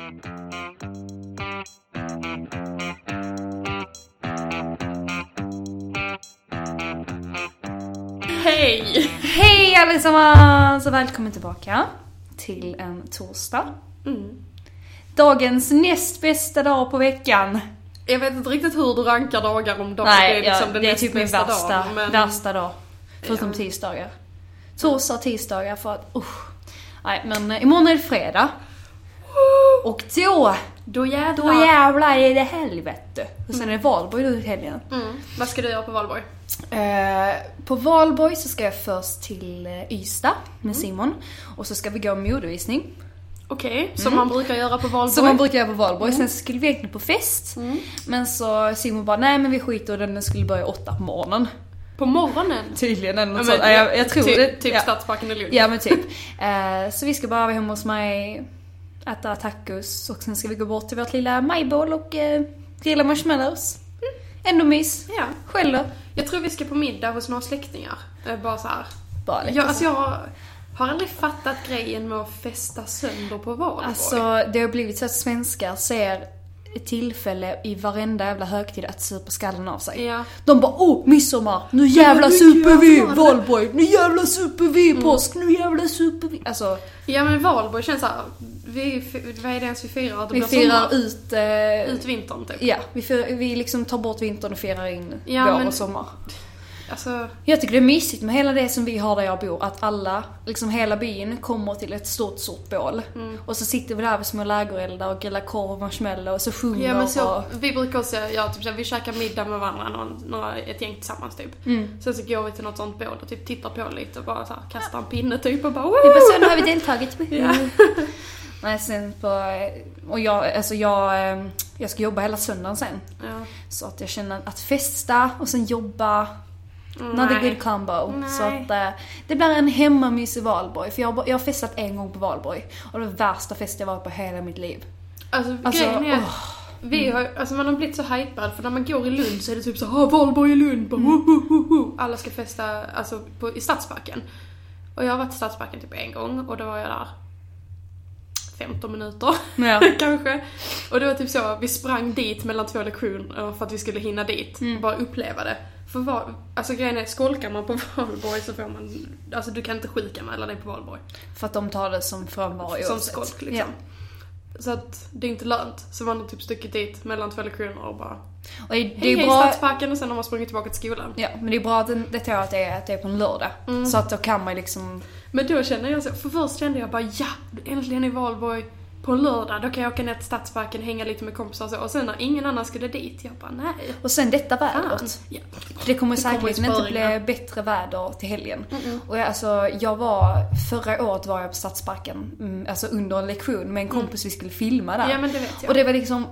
Hej! Hej allesammans och välkommen tillbaka till en torsdag. Dagens näst bästa dag på veckan. Jag vet inte riktigt hur du rankar dagar om dagen. Nej, det är, liksom det är typ min värsta dag. Förutom tisdagar. Torsdag och tisdagar för att... Nej, men imorgon är det fredag. Och då jävlar är det helvete. Och sen är det Valborg då i helgen. Vad ska du göra på Valborg? På Valborg så ska jag först till Ystad med Simon. Och så ska vi gå en modevisning. Okej, som man brukar göra på Valborg. Sen skulle vi egentligen på fest. Men så Simon bara, nej men vi skiter och den skulle börja 8 på morgonen. På morgonen? Tydligen eller något sånt. Jag tror det. Typ Stadsparken i Lund. Ja men typ. Så vi ska bara vara hemma hos mig, äta tacos. Och sen ska vi gå bort till vårt lilla majbål och grilla marshmallows. Ändå mys. Ja. Själv då? Jag tror vi ska på middag hos några släktingar. Bara så här. Bara lite jag har aldrig fattat grejen med att festa sönder på Valborg. Alltså det har blivit så att svenskar ser ett tillfälle i varenda jävla högtid att supa skallen av sig. Ja. De bara, midsommar, nu jävla super vi Valborg, nu jävla super vi påsk, nu jävla super vi. Alltså, ja men Valborg känns så här, vad är det ens vi firar? Vi firar ut vintern typ. Ja, vi liksom tar bort vintern och firar in vår och sommar. Alltså... Jag tycker det är mysigt med hela det som vi har där jag bor. Att alla, liksom hela byn kommer till ett stort bål. Och så sitter vi där vid små lägereldar och grillar korv och marshmallow och så sjunger. Ja men så, vi brukar också typ så, vi käkar middag med varandra, ett gäng tillsammans typ. Sen så går vi till något sånt bål och typ tittar på lite och bara så här, kastar en pinne typ och bara det är bara så, nu har vi deltagit. Ja. Nej, sen och jag ska jobba hela söndagen sen. Ja. Så att jag känner att festa och sen jobba. Not a good combo. Nej. Så att det blir en hemmamys i Valborg. För jag har festat en gång på Valborg. Och det var värsta fest jag varit på hela mitt liv. Alltså grejen är vi har, alltså man har blivit så hypad. För när man går i Lund så är det typ så Valborg i Lund alla ska festa alltså, i Stadsparken. Och jag har varit i Stadsparken typ en gång. Och då var jag där 15 minuter kanske. Och det var typ så, vi sprang dit mellan 2 lektioner för att vi skulle hinna dit och bara uppleva det. För alltså grejen är, skolkar man på Valborg så får man, alltså du kan inte sjukanmäla dig på Valborg. För att de tar det som frånvaro som skolk liksom. Ja. Så att det är inte lönt. Så man har typ stuckit dit mellan 2 lektioner och bara och det är hej bra... i Stadsparken och sen har man sprungit tillbaka till skolan. Ja, men det är bra att det är på en lördag. Så att då kan man liksom... Men då känner jag så, för först kände jag bara äntligen är Valborg på en lördag, då kan jag åka ner till Stadsparken, hänga lite med kompisar och så. Och sen när ingen annan skulle dit, jag bara nej. Och sen detta vädret. Ja. Det kommer säkert inte bli bättre väder till helgen. Och jag var, förra året var jag på Stadsparken, alltså under en lektion med en kompis vi skulle filma där. Ja, men det vet jag. Och det var liksom,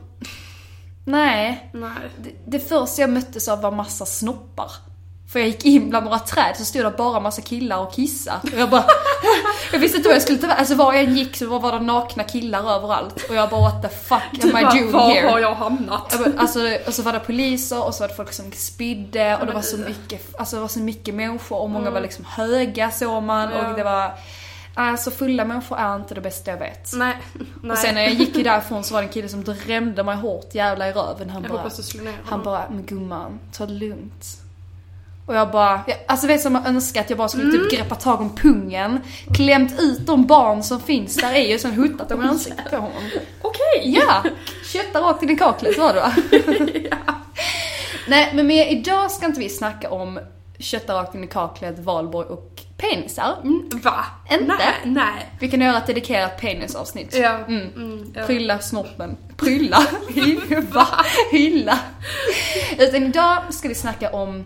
nej. Det första jag möttes av var massa snoppar. För jag gick in bland några träd så stod det bara massa killar och kissa. Och jag bara... jag visste inte vad jag skulle ta. Alltså var jag gick så var det nakna killar överallt. Och jag bara, what the fuck am I doing here? Var har jag hamnat? Alltså, och så var det poliser och så var det folk som spydde. Och det var så mycket, alltså det var så mycket människor. Och många var liksom höga så man. Ja. Och det var... Alltså fulla människor är inte det bästa jag vet. Nej. Och sen när jag gick därifrån så var det en kille som drämde mig hårt jävla i röven. Han bara, men gumman, ta det lugnt. Och jag bara, alltså vet som jag önskar att jag bara skulle typ greppa tag om pungen, klämt ut de barn som finns där i och sen huttat dem i ansiktet på honom. Okej. Ja, kötta rakt in i kaklet var det va? Ja. Nej, men idag ska inte vi snacka om kötta rakt in i kaklet, Valborg och penisar. Va? Inte? Nej. Vi kan göra ett dedikerat penisavsnitt. Ja. Ja. Prylla snoppen. Prylla? Va? Hylla? Utan idag ska vi snacka om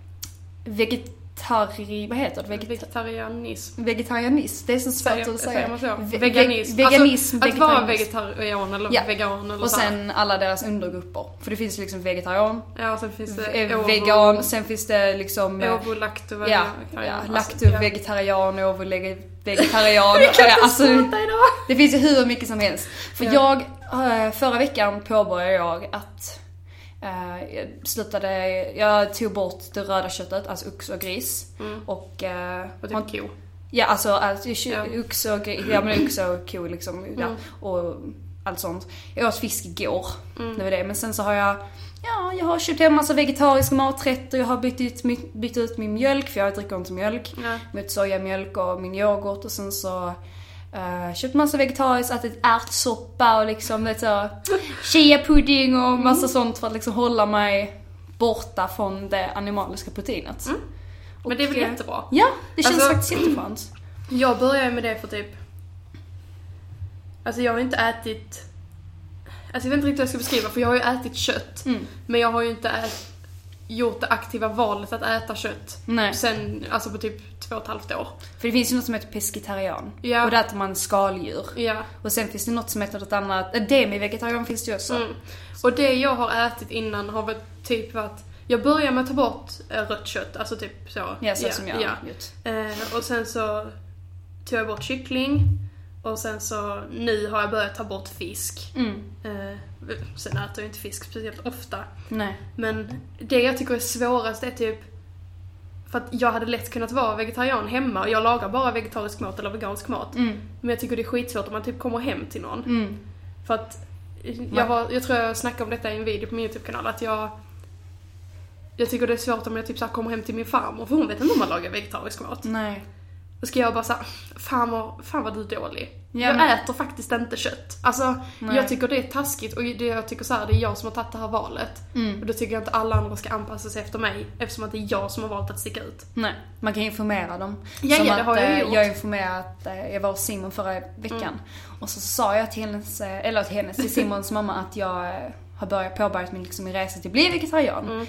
vad heter det? Vegetarianism. Det är så svårt att säga. Veganism. Att vara vegetarian eller vegan eller och sen alla deras undergrupper. För det finns liksom vegetarian. Ja, sen finns det vegan, sen finns det liksom ovo-lacto. vegetarian, ovo-vegetarian. Alltså, det finns ju hur mycket som helst. För förra veckan påbörjade jag att jag tog bort det röda köttet, alltså ox och gris. Och typ ko. Ja, alltså ox och gris, ja men ox och ko liksom. Ja. Och allt sånt. Jag åt fisk igår, det var det. Men sen så har jag har köpt hem en massa vegetariska maträtter. Jag har bytt ut min mjölk, för jag dricker inte mjölk. Mot sojamjölk och min yoghurt. Och sen så köpt massa vegetariskt, ätit ärtsoppa och liksom lite chia-pudding och massa sånt för att liksom hålla mig borta från det animaliska proteinet. Men det är väl jättebra? Ja, det känns faktiskt jätteskönt. Jag började med det för typ... Alltså jag har inte ätit... Alltså jag vet inte riktigt hur jag ska beskriva, för jag har ju ätit kött. Men jag har ju inte gjort det aktiva valet att äta kött. Nej. Sen, alltså på typ 2,5 år. För det finns ju något som heter pescetarian. Ja. Och där äter man skaldjur. Ja. Och sen finns det något som heter något annat. Demi-vegetarian finns det ju också. Och det jag har ätit innan har väl typ varit... Jag började med att ta bort rött kött, alltså typ så. Ja, så som jag har gjort. Och sen så tog jag bort kyckling. Och sen så nu har jag börjat ta bort fisk. Sen äter jag inte fisk speciellt ofta. Nej. Men det jag tycker är svårast är typ... För att jag hade lätt kunnat vara vegetarian hemma. Och jag lagar bara vegetarisk mat eller vegansk mat. Men jag tycker det är skitsvårt om man typ kommer hem till någon. För att jag tror jag snackade om detta i en video på min YouTube-kanal. Att jag tycker det är svårt om jag typ så här kommer hem till min farmor. För hon vet inte om man lagar vegetarisk mat. Nej. Då ska jag bara säga, fan vad du är dålig. Ja, jag äter faktiskt inte kött. Alltså, jag tycker det är taskigt. Och jag tycker så här, det är jag som har tagit det här valet. Och då tycker jag inte alla andra ska anpassa sig efter mig. Eftersom att det är jag som har valt att sticka ut. Nej, man kan informera dem. Ja, som det att, har jag gjort. Jag informerade att jag var hos Simon förra veckan. Och så sa jag till Simons mamma att jag har påbörjat min resa till att bli vegetarian.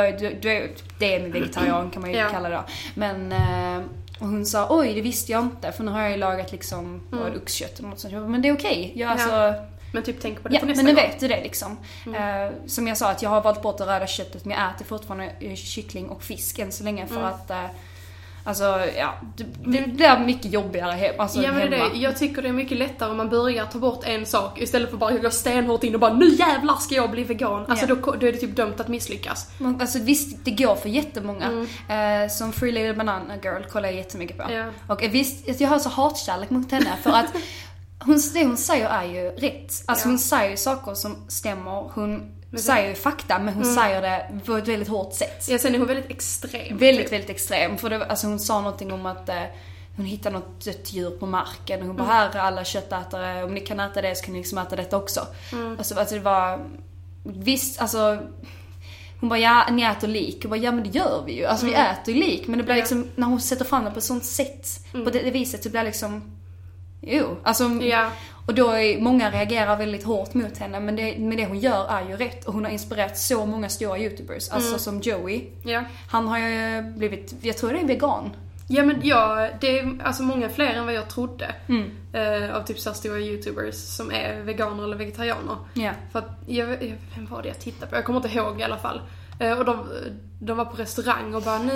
Det är min vegetarian kan man ju kalla det. Men... Och hon sa, oj det visste jag inte. För nu har jag ju lagat liksom oxkött och något sånt. Men det är okej. Alltså, men typ tänk på det för nästa gång. Men gång. vet du det liksom. Som jag sa, att jag har valt bort det röda köttet. Men jag äter fortfarande kyckling och fisk än så länge. För att alltså, det blir mycket jobbigare alltså, men hemma. det, jag tycker det är mycket lättare om man börjar ta bort en sak istället för bara gå stenhårt in och bara, nu jävlar ska jag bli vegan. Alltså då är det typ dömt att misslyckas. Alltså visst, det går för jättemånga. Som Free Little Banana Girl kollar jag jättemycket på. Och visst, jag har så hatkärlek mot henne för att det hon säger är ju rätt. Alltså hon säger ju saker som stämmer. Hon säger ju fakta, men hon säger det på ett väldigt hårt sätt. Ja, sen är hon väldigt extrem. Väldigt extrem. För alltså hon sa någonting om att hon hittade något dött djur på marken. Och hon bara, här är alla köttätare. Om ni kan äta det så kan ni liksom äta detta också. Alltså det var... Visst, alltså... Hon bara, ni äter lik. Och bara, men det gör vi ju. Alltså vi äter ju lik. Men det blir liksom, när hon sätter fram det på ett sånt sätt. På det viset så blir det liksom... alltså... Och då är många reagerar väldigt hårt mot henne. Men det hon gör är ju rätt. Och hon har inspirerat så många stora YouTubers. Alltså som Joey. Han har ju blivit, jag tror det är vegan. Ja, men det är alltså många fler än vad jag trodde. Av typ så stora YouTubers som är veganer eller vegetarianer. För att, vem var det jag tittade på? Jag kommer inte ihåg i alla fall. Och de var på restaurang och bara,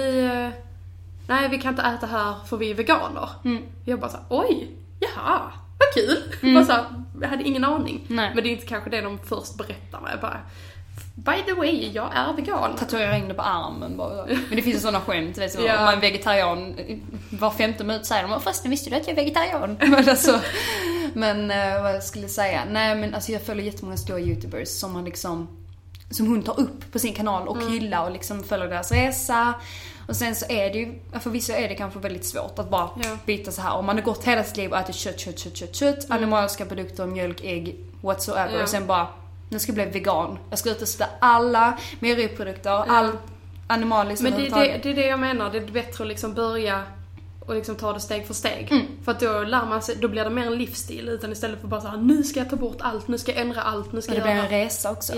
nej vi kan inte äta här för vi är veganer. Jag bara så, oj, jaha. Vad kul! Bara så här, jag hade ingen aning. Nej. Men det är inte kanske det de först berättar mig. Bara, by the way, jag är vegan. Tatuera in det på armen bara. Men det finns ju sådana skämt, vet du, om man är vegetarian var 15 minut säger de, förresten visste du att jag är vegetarian? Men vad jag skulle säga, nej men alltså jag följer jättemånga stora YouTubers som har liksom, som hon tar upp på sin kanal och hyllar och liksom följer deras resa. Och sen så är det ju, för vissa är det kanske väldigt svårt att bara byta så här. Om man har gått hela sitt liv och ätit kött, animaliska produkter, mjölk, ägg, whatsoever. Och sen bara, nu ska jag bli vegan. Jag ska utesluta alla mejeriprodukter, all animaliskt. Men det är det jag menar, det är bättre att liksom börja och liksom ta det steg för steg. För att då lär man sig, då blir det mer en livsstil utan istället för bara så här, nu ska jag ta bort allt, nu ska jag ändra allt, nu ska jag göra. Det blir en resa också.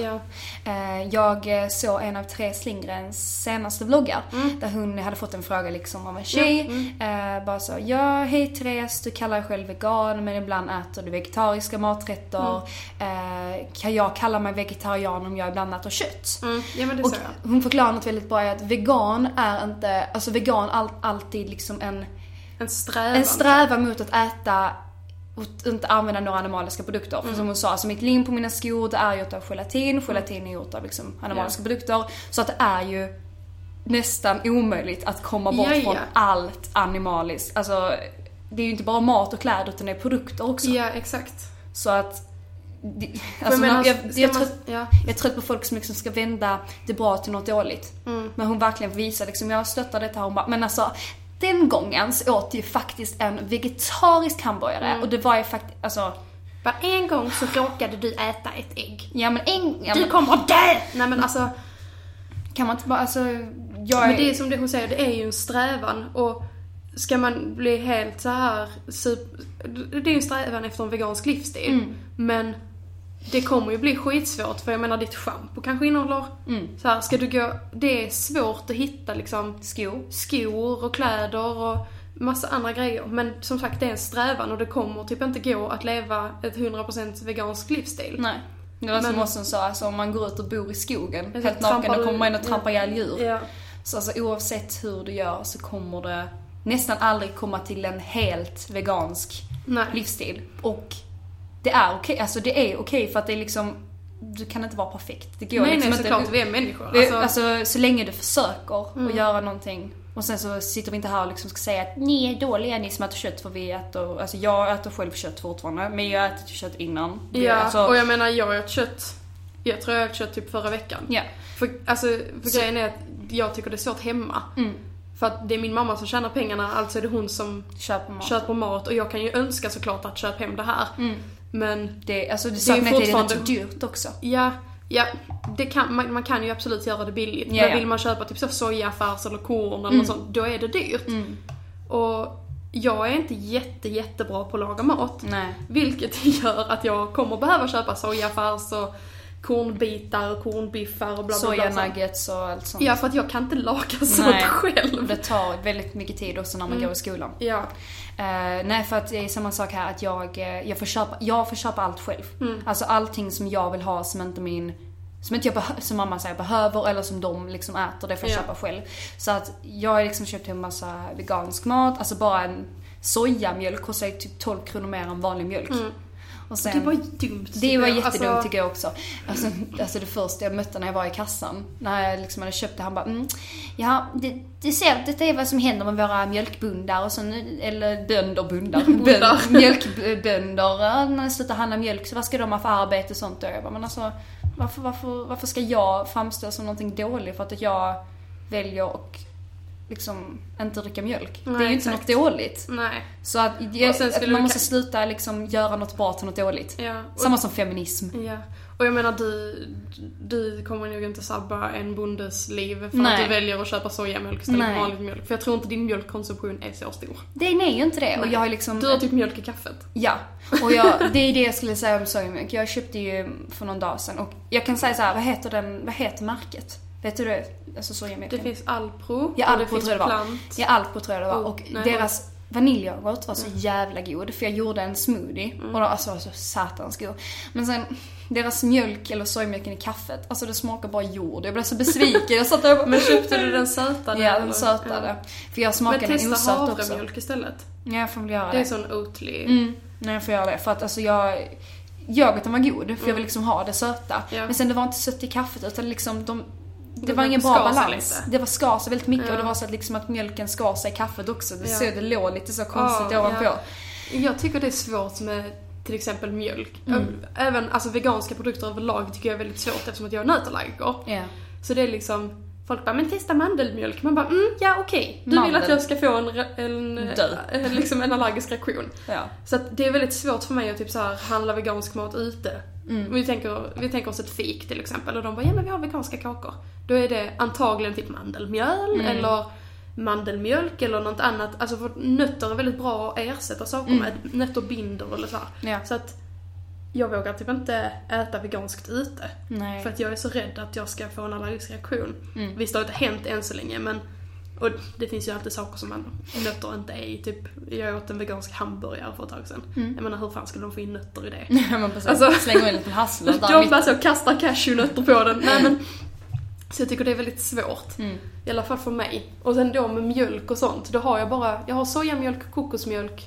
Jag såg en av Therese Lindgrens senaste vloggar där hon hade fått en fråga liksom av en tjej. Bara så, hej Therese, du kallar dig själv vegan men ibland äter du vegetariska maträtter. Kan jag kalla mig vegetarian om jag ibland äter kött? Ja, men det och hon förklarar något väldigt bra att vegan är inte, alltså vegan alltid liksom en strävan mot att äta och inte använda några animaliska produkter. För som hon sa, alltså mitt lim på mina skor, det är gjort av gelatin. Gelatin är gjort av liksom animaliska produkter. Så att det är ju nästan omöjligt att komma bort från allt animaliskt. Alltså, det är ju inte bara mat och kläder utan det är produkter också. Ja, exakt. Så att Alltså, jag är trött på folk som liksom ska vända det bra till något dåligt. Men hon verkligen visar liksom, jag stöttar detta här. Hon bara, men alltså den gången så åt ju faktiskt en vegetarisk hamburgare. Och det var ju faktiskt, alltså... Bara en gång så råkade du äta ett ägg. Du kommer att dö! Nej men alltså... Kan man inte bara, alltså... Men det är som det hon säger, det är ju en strävan. Och ska man bli helt så här... Det är ju en strävan efter en vegansk livsstil. Men det kommer ju bli skitsvårt. För jag menar, ditt shampoo kanske innehåller... Så här, ska du gå... Det är svårt att hitta liksom... Skor och kläder och... massa andra grejer. Men som sagt, det är en strävan och det kommer typ inte gå att leva ett 100% vegansk livsstil. Nej. Det var som Mossen sa, alltså, om man går ut och bor i skogen helt naken, då kommer man in och trampa ihjäl djur. Ja. Så alltså, oavsett hur du gör så kommer det nästan aldrig komma till en helt vegansk livsstil. Och det är okej, alltså det är okej för att det är liksom, du kan inte vara perfekt. Det går liksom inte. Såklart, vi är människor. Alltså så länge du försöker att göra någonting. Och sen så sitter vi inte här och liksom ska säga att ni är dåliga, ni som äter kött, för vi äter... Alltså jag äter själv kött fortfarande, men jag äter kött innan. Och jag menar, jag åt kött... Jag tror jag åt kött typ förra veckan. Ja. För grejen är att jag tycker det är svårt hemma. För att det är min mamma som tjänar pengarna, alltså är det hon som köper mat. Och jag kan ju önska såklart att köpa hem det här. Men det är fortfarande dyrt också. Ja, det kan, man kan ju absolut göra det billigt. Men vill man köpa typ så sojafärs eller korn eller något sånt, då är det dyrt. Och jag är inte jättebra på att laga mat. Nej. Vilket gör att jag kommer behöva köpa sojafärs och kornbitar och kornbiffar och bla bla bla. Sojanuggets och allt sånt. Ja, för att jag kan inte laga sånt själv. Det tar väldigt mycket tid också när man går i skolan. Ja. Nej, för att det är samma sak här, att jag får köpa allt själv. Alltså allting som jag vill ha som inte jag som mamma säger behöver, eller som de liksom äter, det får jag köpa själv. Så att jag har liksom köpt en massa vegansk mat, alltså bara en sojamjölk kostar typ 12 kronor mer än vanlig mjölk. Och sen, det var dumt. Det var jättedumt tycker jag också. Alltså det första jag mötte när jag var i kassan, när jag liksom hade köpt det, han bara ja, detta är vad som händer med våra mjölkbundar och så, eller bönder. Mjölkbönder, när jag slutar handla mjölk, så vad ska de ha för arbete och sånt? Och jag bara, men alltså, varför ska jag framstå som någonting dåligt för att jag väljer och liksom inte dricka mjölk? Nej, det är ju inte något dåligt. Nej. Så att man måste sluta liksom göra något bra till något dåligt. Ja. Samma som feminism. Ja. Och jag menar, du kommer nog inte sabba en bondes liv för att du väljer att köpa sojamjölk istället för vanlig mjölk. För jag tror inte din mjölkkonsumtion är så stor. Det är ju inte det. Och jag har liksom... Du har typ mjölk i kaffet. Ja. Och det är det jag skulle säga om sojamjölk. Jag köpte ju för någon dag sedan. Och jag kan säga så här, vad heter märket? Vet du det? Alltså sojamjölken. Det finns Alpro. Ja, Alpro tror jag det var. Ja, Alpro tror jag det var. Och deras vaniljyoghurt var så jävla god. För jag gjorde en smoothie. Och då, alltså så satans god. Men sen, deras mjölk eller sojamjölken i kaffet, alltså det smakar bara jord. Jag blev så besviken. Jag satt där. Men köpte du den sötade? Ja, den sötade. Ja. För jag smakade den osöt också. Men testa havremjölk istället. Ja, jag får väl göra det. Det är sån Oatly. Nej, jag får göra det. För att alltså yoghurten var god. För jag vill liksom ha det söta. Ja. Men sen det var inte sött i kaffet, utan liksom det var ingen bra balans. Det var skar sig väldigt mycket och det var så att liksom att mjölken skar sig i kaffet också. Det låg lite så konstigt ovanpå. Ja. Jag tycker det är svårt med till exempel mjölk. Även alltså veganska produkter överlag tycker jag är väldigt svårt eftersom att jag är nötallergiker. Ja. Så det är liksom, folk bara, men testa mandelmjölk. Man bara, ja okej. Du vill att jag ska få en allergisk reaktion. Ja. Så att det är väldigt svårt för mig att typ så här handla vegansk mat ute. Vi tänker oss ett fik till exempel. Och de bara, ja men vi har veganska kakor. Då är det antagligen typ mandelmjöl eller mandelmjölk eller något annat. Alltså för nötter är väldigt bra att ersätta saker med. Nötter binder eller så här. Ja. Så att jag vågar typ inte äta veganskt ute. Nej. För att jag är så rädd att jag ska få en allergisk reaktion. Visst har det inte hänt än så länge, men och det finns ju alltid saker som nötter inte är i. Typ, jag åt en vegansk hamburgare för ett tag sedan. Jag menar, hur fan skulle de få in nötter i det? Ja, men precis. Alltså, slänger in lite hassel. Jag bara så kastar cashewnötter på den. Nej, men, så jag tycker det är väldigt svårt. I alla fall för mig. Och sen då med mjölk och sånt. Då har jag har sojamjölk, kokosmjölk,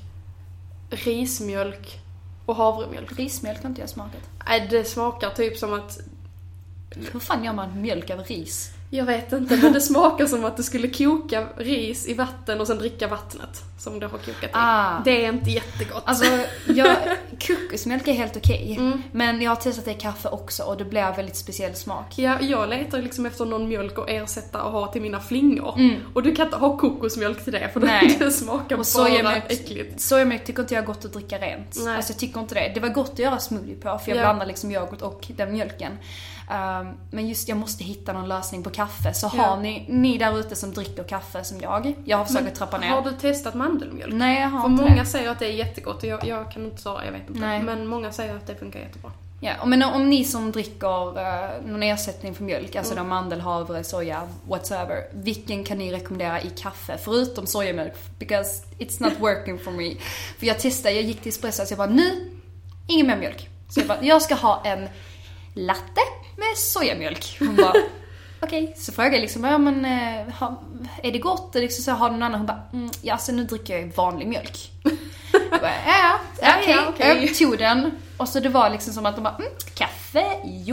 rismjölk och havremjölk. Rismjölk har inte jag smakat. Nej, det smakar typ som att... Hur fan gör man mjölk av ris? Jag vet inte, men det smakar som att du skulle koka ris i vatten och sen dricka vattnet som det har kokat i. Det är inte jättegott. Alltså, kokosmjölk är helt okej. Men jag har testat det i kaffe också och det blir väldigt speciell smak. Ja, jag letar liksom efter någon mjölk att ersätta och ha till mina flingor. Och du kan inte ha kokosmjölk till det, för det smakar och bara äckligt. Sojamjölk tycker inte jag är gott att dricka rent. Nej. Alltså jag tycker inte det. Det var gott att göra smoothie på, för jag blandar liksom yoghurt och den mjölken. Men just jag måste hitta någon lösning på kaffe. Så har ni där ute som dricker kaffe som jag har försökt trappa ner. Har du testat mandelmjölk? Nej, jag har för inte många det. säger att det är jättegott och jag kan inte svara, jag vet inte. Nej. Men många säger att det funkar jättebra. Ja, men om ni som dricker någon ersättning för mjölk, alltså mandel, havre, soja, whatever, vilken kan ni rekommendera i kaffe förutom sojamjölk? Because it's not working for me. För jag gick till espresso och jag bara, nu, ingen mer mjölk. Så jag bara, jag ska ha en latte med sojamjölk. Hon bara, okej. Så frågade jag liksom, ja men är det gott? Och liksom så har någon annan, hon bara, ja så nu dricker jag vanlig mjölk. Jag bara, okej. Jag tog den. Och så det var liksom som att de bara, kaffe,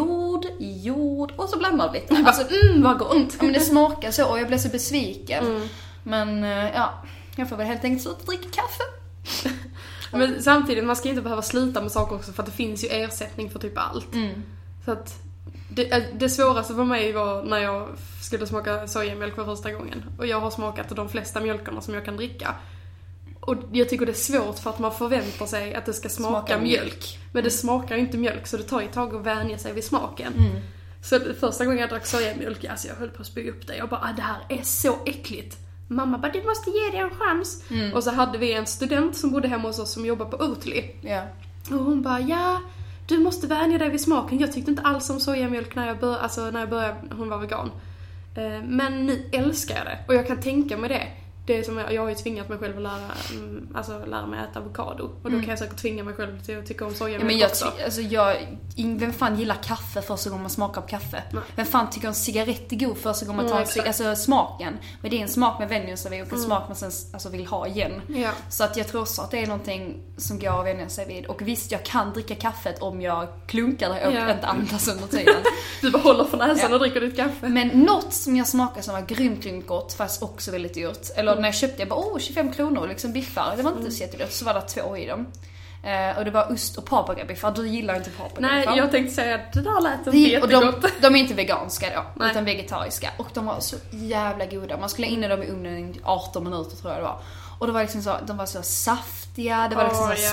jord. Och så blandade lite. Alltså, vad gott. Ja, men det smakar så och jag blev så besviken. Men jag får väl helt enkelt sluta dricka kaffe. Men samtidigt, man ska inte behöva sluta med saker också, för att det finns ju ersättning för typ allt. Så att det svåraste för mig var när jag skulle smaka sojamjölk för första gången. Och jag har smakat de flesta mjölkarna som jag kan dricka. Och jag tycker det är svårt för att man förväntar sig att det ska smaka mjölk. Men det smakar ju inte mjölk, så det tar ju ett tag att vänja sig vid smaken. Så första gången jag drack sojamjölk, alltså jag höll på att spy upp det. Jag bara, det här är så äckligt. Mamma bara, du måste ge det en chans. Och så hade vi en student som bodde hemma hos oss som jobbar på Oatly. Och hon bara, du måste vänja dig vid smaken. Jag tyckte inte alls om sojamjölk när jag började, hon var vegan. Men nu älskar jag det. Och jag kan tänka mig det. Det är som jag har ju tvingat mig själv att lära mig att äta avokado. Och då kan jag säkert tvinga mig själv till att tycka om sojamjölk också. Vem fan gillar kaffe första gången man smakar på kaffe? Nej. Vem fan tycker om cigarett är god första gången man tar smaken? Men det är en smak med vänjer sig vid och en smak man sen vill ha igen. Så att jag tror också att det är någonting som går att vänja sig vid. Och visst, jag kan dricka kaffet om jag klunkar det och inte andas under tiden. Du bara håller för näsan och dricker ditt kaffe. Men något som jag smakar som var grymt gott, fast också väldigt dyrt. Eller när jag köpte, jag bara, 25 kronor, liksom biffar. Det var inte så jättedyrt, så var det 2 i dem. Och det var ost och paprikabiffar. Du gillar inte paprikabiffar. Nej, jag tänkte säga att det där lät inte jättegott. De är inte veganska då, utan vegetariska. Och de var så jävla goda. Man skulle in i dem i ugnen i 18 minuter tror jag det var. Och det var liksom så, de var så saftiga. Det var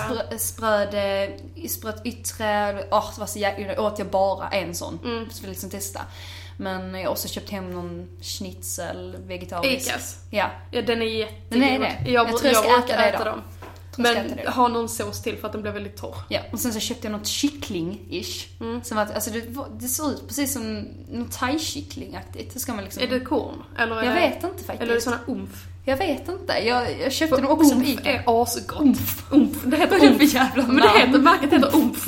liksom spröt yttre. Det var så jäkla, åt jag bara en sån. Så jag ville liksom testa. Men jag har också köpt hem någon schnitzel vegetarisk. Ikas. Ja, den är jättegod. Den är det. Jag tror jag ska äta dem. Men ha någon sås till för att den blir väldigt torr. Ja, och sen så köpte jag något kyckling-ish. Som att, alltså det ser ut precis som något thai-kycklingaktigt. Det ska man liksom... Är det korn? Eller jag vet inte faktiskt. Eller är det såna umf? Jag vet inte. Jag köpte nog också på Ica. Det är asgott. Umf. Det heter umf. Men märket heter umf.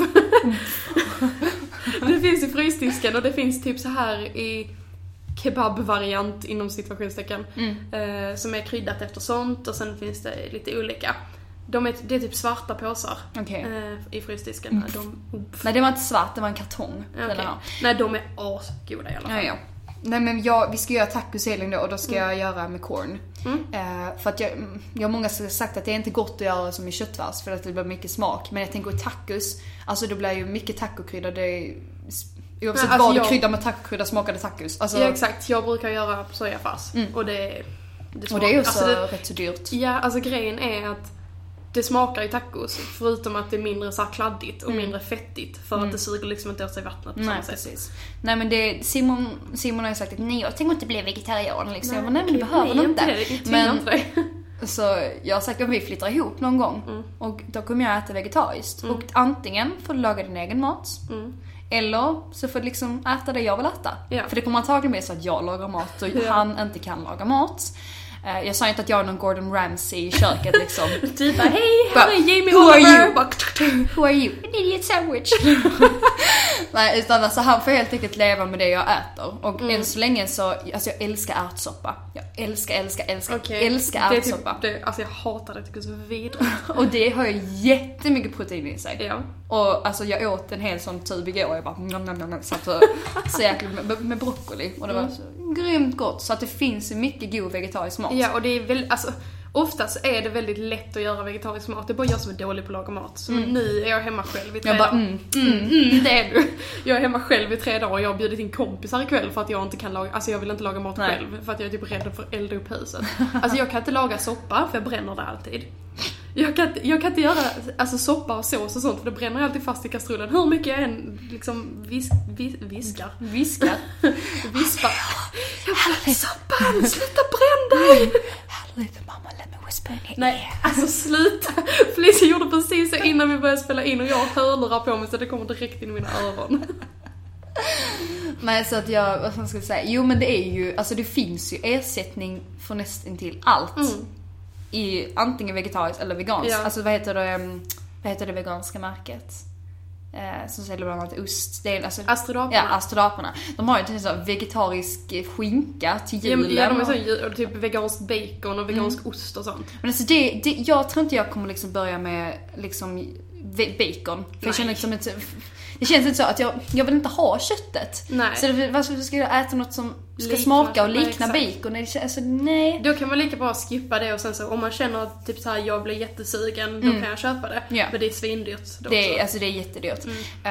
Det finns i frysdisken och det finns typ så här i kebab-variant inom situationstecken. Som är kryddat efter sånt och sen finns det lite olika. Det är typ svarta påsar i frysdisken. Nej, det var inte svart, det var en kartong. Nej, de är asgoda i alla fall. Ja. Nej, men vi ska göra tacos Elin då och då ska jag göra med corn. För att jag har många sagt att det är inte gott att göra som i köttfärs för att det blir mycket smak. Men jag tänker i tacos, alltså det blir ju mycket tacokrydda. Oavsett vad du kryddar med tacokrydda smakar det tacos. Alltså, ja, exakt. Jag brukar göra sojafärs. Och det och det är ju så rätt så dyrt. Ja, alltså grejen är att det smakar ju tacos, förutom att det är mindre så här kladdigt och mindre fettigt, för att det suger liksom inte åt sig vattnet på samma sätt. Precis. Nej, men Simon har ju sagt att nej, jag tänker inte bli vegetarian liksom. Nej, men det behöver du inte. Men så jag har sagt att vi flyttar ihop någon gång och då kommer jag äta vegetariskt. Och antingen får du laga din egen mat eller så får du liksom äta det jag vill äta. För det kommer antagligen bli så att jag lagar mat och han inte kan laga mat. Jag sa inte att jag är någon Gordon Ramsay i köket liksom. Typ bara, hej, här är Jamie Oliver. Who are you? An idiot sandwich. Nej, utan alltså han får helt enkelt leva med det jag äter. Och än så länge så, alltså jag älskar ärtsoppa. Jag älskar ärtsoppa. Alltså jag hatar det, tycker det är så vidrigt. Och det har ju jättemycket protein i sig. Ja. Och alltså jag åt en hel sån tub igår och jag bara satt så jäkla med broccoli. Och det var så grymt gott. Så att det finns mycket god vegetarisk mat. Ja, och det är väl, alltså, oftast är det väldigt lätt att göra vegetarisk mat. Det är bara jag som är dålig på att laga mat. Så nu är jag hemma själv i 3 dagar. Det är du. Jag är hemma själv i 3 dagar och jag har bjudit in kompisar ikväll för att jag inte kan laga, alltså jag vill inte laga mat själv för att jag är typ rädd för att elda upp huset. Alltså jag kan inte laga soppa för jag bränner det alltid. Jag kan inte göra alltså soppa och sås och sånt för det bränner alltid fast i kastrullen. Hur mycket jag än liksom viskar. Vispar. Jag bara, soppan, sluta bränna dig! Mamma, let me whisper in here. Nej, alltså sluta. Felicia gjorde precis så innan vi började spela in och jag hörlurar på mig så det kommer direkt in i mina öron. Nej, så att jag, vad ska jag säga? Jo, men det är ju, alltså det finns ju ersättning för nästan till allt. I antingen vegetariskt eller veganskt. Ja. Alltså vad heter det veganska märket? Som säljer bland annat ost. Det är, alltså, Astrodaperna. Ja, Astrodaperna. De har ju till exempel vegetarisk skinka till julen. Ja, de är så typ vegansk bacon och vegansk ost och sånt. Men alltså jag tror inte jag kommer liksom börja med liksom bacon. För jag känner liksom inte, det känns inte så att jag vill inte ha köttet. Nej. Så varför ska jag äta något som ska smaka och likna bacon? Alltså, nej. Då kan man lika bra skippa det och sen så om man känner att typ så här, jag blir jättesugen, då kan jag köpa det. Ja. Men det är svindyrt. Det är jättedyrt.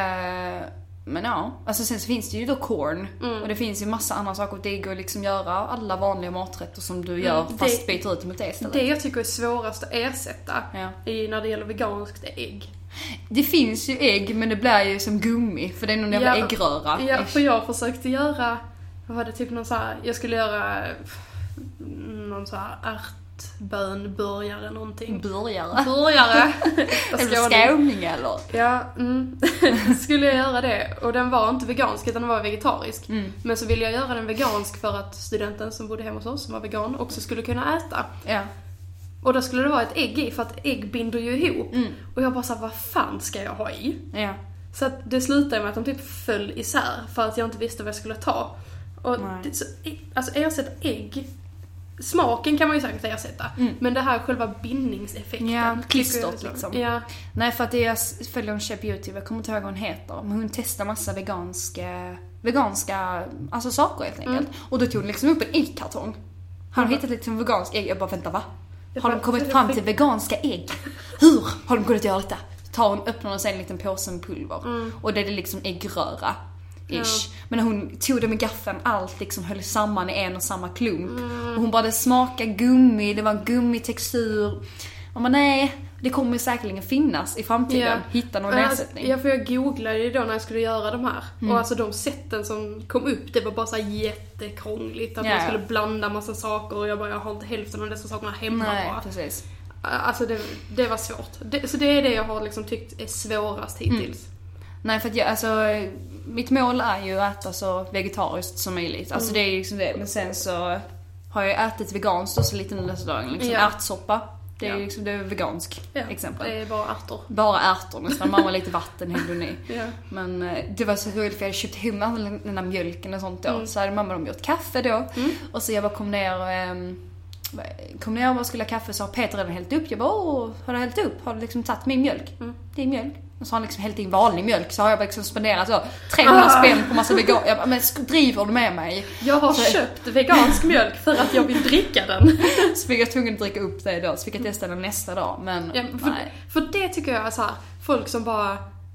Men ja, alltså sen så finns det ju då corn och det finns ju massa andra saker och det går liksom göra alla vanliga maträtter som du gör fast byter ut mot det istället. Det jag tycker är svårast att ersätta när det gäller veganskt är ägg. Det finns ju ägg men det blir ju som gummi för det är någon jävla äggröra. Ja, för jag försökte göra, vad var det typ någon så här, jag skulle göra någon så här ärtbönburgare någonting. Burgare. Skåning eller? Ja, skulle jag göra det och den var inte vegansk utan den var vegetarisk. Men så ville jag göra den vegansk för att studenten som bodde hemma hos oss som var vegan också skulle kunna äta. Ja. Och då skulle det vara ett ägg i för att ägg binder ju ihop. Och jag bara sa, vad fan ska jag ha i? Ja. Så att det slutade med att de typ föll isär för att jag inte visste vad jag skulle ta. Och alltså ersätta ägg. Smaken kan man ju säkert ersätta. Men det här själva bindningseffekten. Ja, klistret liksom. Ja. Nej, för att jag följer en chef YouTube, jag kommer inte ihåg vad hon heter. Men hon testar massa veganska alltså saker helt enkelt. Och då tog hon liksom upp en äggkartong. Han har hittat liksom vegansk ägg. Jag bara, vänta, va? Har de kommit fram till veganska ägg? Hur har de kunnat göra detta? Tar hon, öppnar och sen en liten påse med pulver. Och det är liksom äggröra. Ish. Men när hon tog det med gaffeln, allt liksom höll samman i en och samma klump. Och hon bara, det smakar gummi, det var en gummitextur. Och man, nej, det kommer ju säkerligen finnas i framtiden. Hitta någon ersättning. Ja, för jag googlade ju då när jag skulle göra de här. Och alltså de sätten som kom upp, det var bara så här jättekrångligt. Att man skulle blanda massa saker och jag har inte hälften av dessa sakerna hemma. Nej, bara. Precis. Alltså det var svårt. Så det är det jag har liksom tyckt är svårast hittills. Nej, för att mitt mål är ju att äta så vegetariskt som möjligt. Alltså det är liksom det. Men sen så har jag ätit veganskt och så lite under dessa dagen. Liksom ärtsoppa. Det är liksom det är vegansk exempel. Det är bara ärtor. Bara ärtor nästan. Man har lite vatten hällde ni. Men det var så roligt för jag hade köpt hem den där mjölken och sånt då. Så hade mamma gjort kaffe då. Och så jag bara kom ner och skulle ha kaffe så har Peter redan hällt upp. Jag bara, har du hällt upp? Har du liksom tagit min mjölk? Det är mjölk. Och så har han liksom hällt in vanlig mjölk. Så har jag bara liksom spenderat så 300 spänn på massa vegan. Jag bara, men driver du med mig? Jag har köpt vegansk mjölk för att jag vill dricka den. Så fick jag tvungen att dricka upp det då. Så fick jag testa den nästa dag. Men för det tycker jag är så här, folk som bara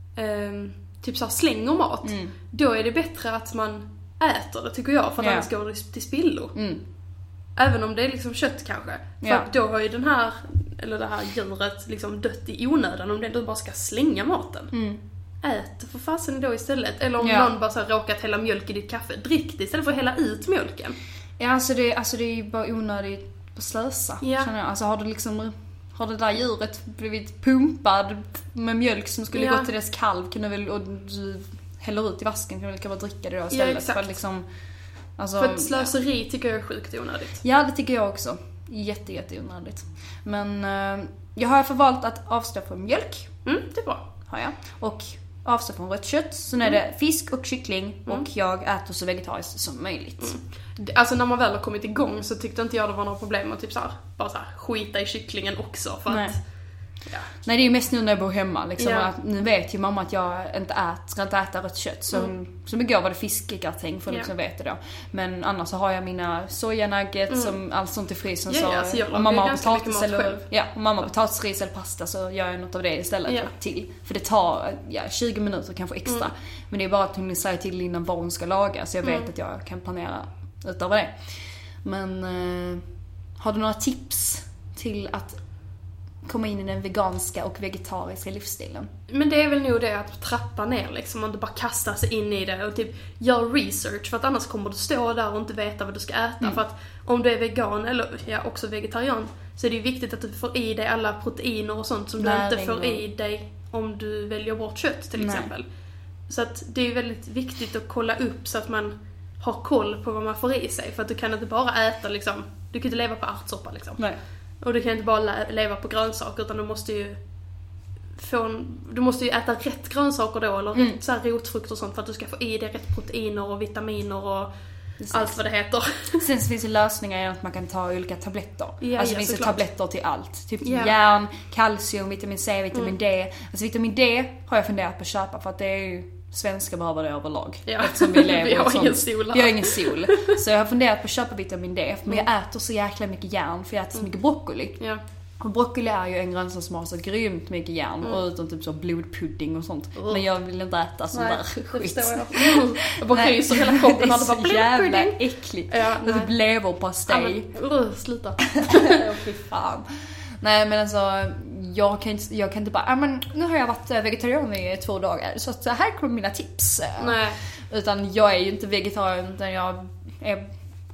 typ så här slänger mat. Då är det bättre att man äter det tycker jag. För att annars går det till spillo. Även om det är liksom kött kanske. För att då har ju det här djuret liksom dött i onödan om det inte bara ska slänga maten. Ät för fasen då istället. Eller om någon bara så här råkat hälla mjölk i ditt kaffe. Drick det istället för att hälla ut mjölken. Ja, alltså det är ju bara onödigt att slösa. Känner jag. Alltså har det där djuret blivit pumpad med mjölk som skulle gå till dess kalv och du häller ut i vasken kan du lika bara dricka det då istället. Ja, exakt. För liksom, alltså, för ett slöseri tycker jag är sjukt onödigt. Ja, det tycker jag också. Jätte onödigt. Men jag har valt att avstå från mjölk. Det är bra. Har jag. Och avstå från rött kött. Så är det fisk och kyckling. Och jag äter så vegetariskt som möjligt. Alltså när man väl har kommit igång så tyckte inte jag det var några problem att typ så här, bara så här, skita i kycklingen också. För att Ja. Nej, det är ju mest nu när jag bor hemma liksom, att nu vet ju mamma att jag inte ska äta rött kött. Som igår var det fiskgratäng för liksom veta då. Men annars så har jag mina sojanuggets som allt sånt i frysen så om mamma har potatis om mamma har potatisris eller pasta så gör jag något av det istället till. För det tar 20 minuter kanske extra. Men det är bara att hon säger till innan vad hon ska laga så jag vet att jag kan planera utöver det. Men har du några tips till att komma in i den veganska och vegetariska livsstilen? Men det är väl nog det att trappa ner liksom, och inte bara kasta sig in i det och typ gör research, för att annars kommer du stå där och inte veta vad du ska äta. För att om du är vegan eller också vegetarian så är det ju viktigt att du får i dig alla proteiner och sånt som du inte får i dig om du väljer bort kött till exempel. Så att det är väldigt viktigt att kolla upp så att man har koll på vad man får i sig, för att du kan inte bara äta liksom, du kan inte leva på ärtsoppa liksom. Nej. Och du kan inte bara leva på grönsaker, utan du måste ju äta rätt grönsaker då, eller rätt så här rotfrukt och sånt, för att du ska få i dig rätt proteiner och vitaminer och allt vad det heter. Sen så finns det lösningar i att man kan ta olika tabletter. Alltså det finns det tabletter till allt. Typ järn, kalcium, vitamin C, vitamin D. Alltså vitamin D har jag funderat på att köpa, för att det är ju svenskar behöver det överlag. Eftersom vi lever vi har ingen sol. Vi har ingen sol. Så jag har funderat på att köpa vitamin D. Men jag äter så jäkla mycket järn, för jag äter så mycket broccoli. Ja. Och broccoli är ju en grönsak som har så grymt mycket järn. Och utan typ så blodpudding och sånt. Men jag vill inte äta sån där skit. Jag bara kryser hela kroppen och det var jävla äckligt. Ja, det typ leverpastej. Sluta. Fy fan. Nej, men alltså jag kan inte bara, men nu har jag varit vegetarian i 2 dagar så att här kommer mina tips. Nej. Utan jag är ju inte vegetarian, utan jag är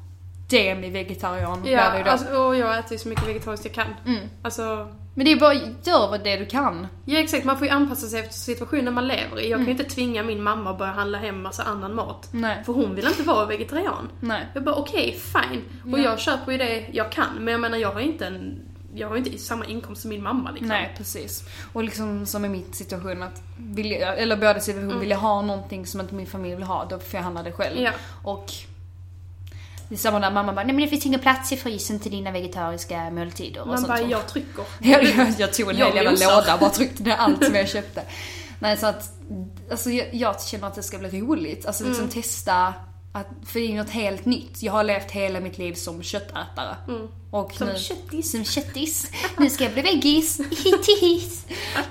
demi-vegetarian. Ja, alltså, och jag äter ju så mycket vegetariskt jag kan. Alltså, men det är bara, gör vad det du kan. Ja, exakt. Man får ju anpassa sig efter situationen man lever i. Jag kan ju inte tvinga min mamma att börja handla hem massa annan mat. Nej. För hon vill inte vara vegetarian. Nej. Jag bara, okej, fine. Och jag köper ju det jag kan. Men jag menar, jag har inte samma inkomst som min mamma liksom. Nej, precis. Och liksom som i min situation att vill jag ha någonting som inte min familj vill ha, då får jag handla det själv. Ja. Och det är samma där mamma bara, nej men det finns ingen plats i frysen till dina vegetariska måltider. Man bara, jag trycker. Jag tog en hel jävla låda och bara tryckte ner allt som jag köpte. Nej, så att alltså, jag känner att det ska bli roligt. Alltså liksom testa för det är något helt nytt. Jag har levt hela mitt liv som köttätare. Och som köttis. Nu ska jag bli veggis. Hittis.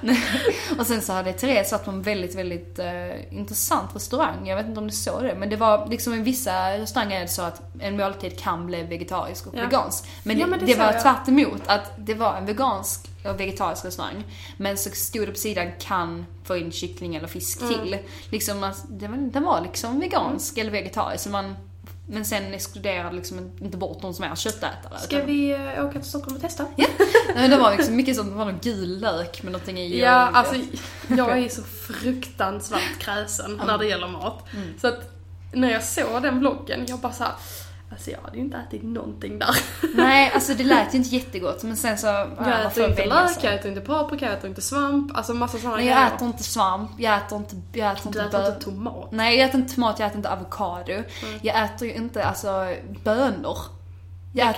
Och sen så hade Therese varit på en väldigt, väldigt intressant restaurang. Jag vet inte om du såg det. Men det var liksom i vissa restauranger är det så att en måltid kan bli vegetarisk och vegansk. Men det var tvärt emot att det var en vegansk och vegetarisk restaurang. Men så stod det på sidan kan få in kyckling eller fisk till. Liksom att den var liksom vegansk eller vegetarisk. Men sen exkluderade liksom inte bort de som är köttätare. Ska vi åka till Stockholm och testa? Ja. Men det var liksom mycket sånt, det var någon gul lök med någonting i. Ja, alltså jag är så fruktansvärt kräsen när det gäller mat. Så att när jag såg den vloggen, jag bara såhär, alltså jag hade ju inte ätit någonting där. Nej, alltså det lät ju inte jättegott. Men sen så jag äter inte lök, jag äter inte paprika, jag äter inte svamp. Alltså massa sådana grejer. Jag äter inte svamp, jag äter inte tomat. Nej, jag äter inte tomat, jag äter inte avokado. Jag äter ju inte alltså bönor. Jag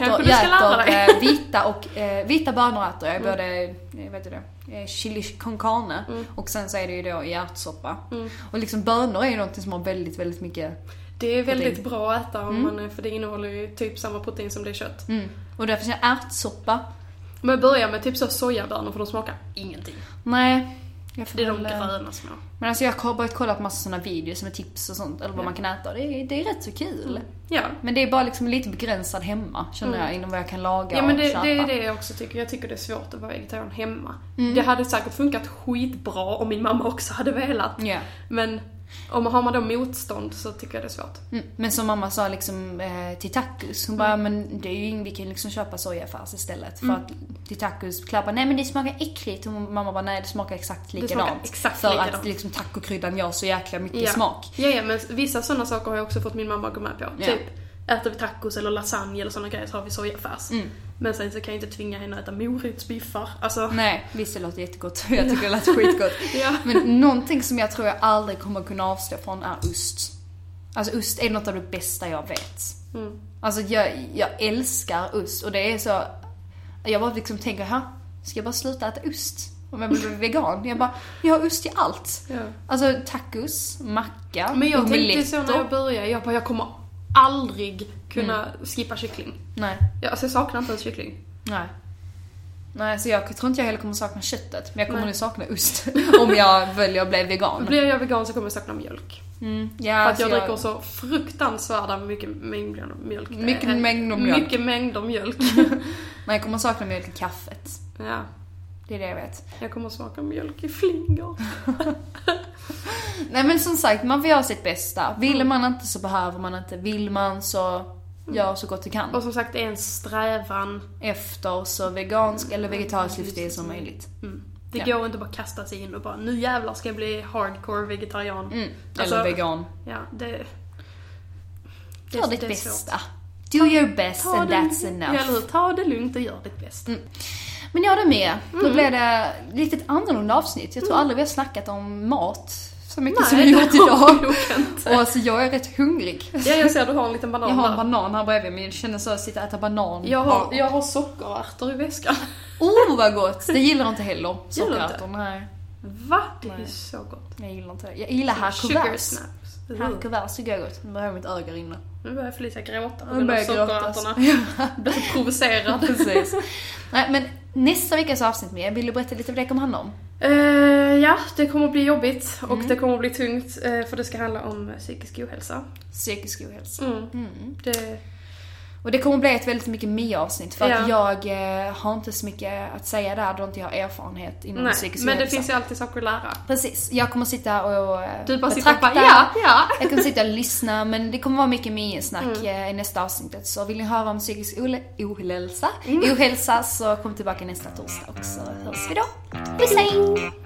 äter vita bönor äter jag. Både, vet du det, chili con carne. Och sen så är det ju då i ärtsoppa. Och liksom bönor är ju något som har väldigt, väldigt mycket. Det är väldigt bra att äta för det innehåller ju typ samma protein som det är kött. Och därför är ärtsoppa. Men börja med typ så sojabönor, för de smakar ingenting. Nej. Det är de gröna små. Men alltså jag har börjat kolla på massa sådana videos med tips och sånt, eller vad man kan äta. Det är rätt så kul. Ja. Men det är bara liksom lite begränsad hemma, känner jag, inom vad jag kan laga och köpa. Det är det jag också tycker. Jag tycker det är svårt att vara vegetarian hemma. Det hade säkert funkat skitbra om min mamma också hade velat. Yeah. Men har man då motstånd så tycker jag det är svårt. Men som mamma sa liksom till tacos, hon bara, men det är ju vi kan liksom köpa sojafärs istället. För att till tacos klappar, nej men det smakar äckligt. Och mamma bara, nej det smakar exakt likadant. För att liksom tacokryddan gör så jäkla mycket smak. Ja, men vissa sådana saker har jag också fått min mamma att gå med på. Typ, äter vi tacos eller lasagne eller sådana grejer så har vi sojafärs. Men sen så kan jag inte tvinga henne att äta morotsbiffar. Alltså. Nej, visst det låter jättegott. Jag tycker det låter skitgott. Men någonting som jag tror jag aldrig kommer kunna avstå från är ost. Alltså ost är något av det bästa jag vet. Alltså jag älskar ost. Och det är så, jag bara liksom tänker, ska jag bara sluta äta ost om jag blir vegan? Jag bara, jag har ost i allt. Ja. Alltså tacos, macka, men jag tänkte så när jag började, jag kommer aldrig kunna skippa kyckling. Nej. Jag saknar inte ens kyckling. Nej, så jag tror inte jag heller kommer sakna köttet. Men jag kommer nog sakna ost om jag väljer att bli vegan. Blir jag vegan så kommer jag sakna mjölk. Ja, för att jag dricker så fruktansvärda mycket mängder mjölk. Mycket mängder mjölk. Men jag kommer sakna mjölk i kaffet. Ja. Det är det jag vet. Jag kommer sakna mjölk i flingor. Nej men som sagt, man får göra sitt bästa. Vill man inte så behöver man inte. Vill man så gör så gott du kan. Och som sagt, det är en strävan efter så vegansk eller vegetarisk livsstil som möjligt. Det går inte bara kasta sig in och bara, nu jävlar ska jag bli hardcore vegetarian. Alltså, eller vegan. Ja, det gör ditt bästa. Do your best and that's enough. Eller ta det lugnt och gör ditt bästa. Men jag är med. Då blev det lite ett annorlunda avsnitt. Jag tror aldrig vi har snackat om mat så mycket som vi gjort idag. Och alltså jag är rätt hungrig. Ja, jag ser du har en liten banan. Jag har en banan här bredvid mig. Jag känner så att sitta och äta banan. Jag har sockerärtor i väskan. Vad gott. Det gillar inte heller. Sockerärtor, nej. Va? Det är så gott. Jag gillar inte det. Jag gillar harkuvers. Harkuvers så gott. Nu behöver mitt öga rinna. Nu börjar Felicia gråta på grund av sockerärtorna. Blir så provocerad. Precis. Nej, men nästa veckas avsnitt med, vill du berätta lite vad det kommer handla om? Ja, det kommer att bli jobbigt och det kommer att bli tungt för det ska handla om psykisk ohälsa. Psykisk ohälsa. Och det kommer att bli ett väldigt mycket avsnitt för att jag har inte så mycket att säga där då inte jag har erfarenhet inom psykisk ohälsa. Men det finns ju alltid saker att lära. Precis, jag kommer sitta och du bara sitta och bara, jag kommer sitta och lyssna, men det kommer vara mycket mer snack i nästa avsnittet. Så vill ni höra om psykisk ohälsa så kom tillbaka nästa torsdag och så hörs vi då. Puss hej!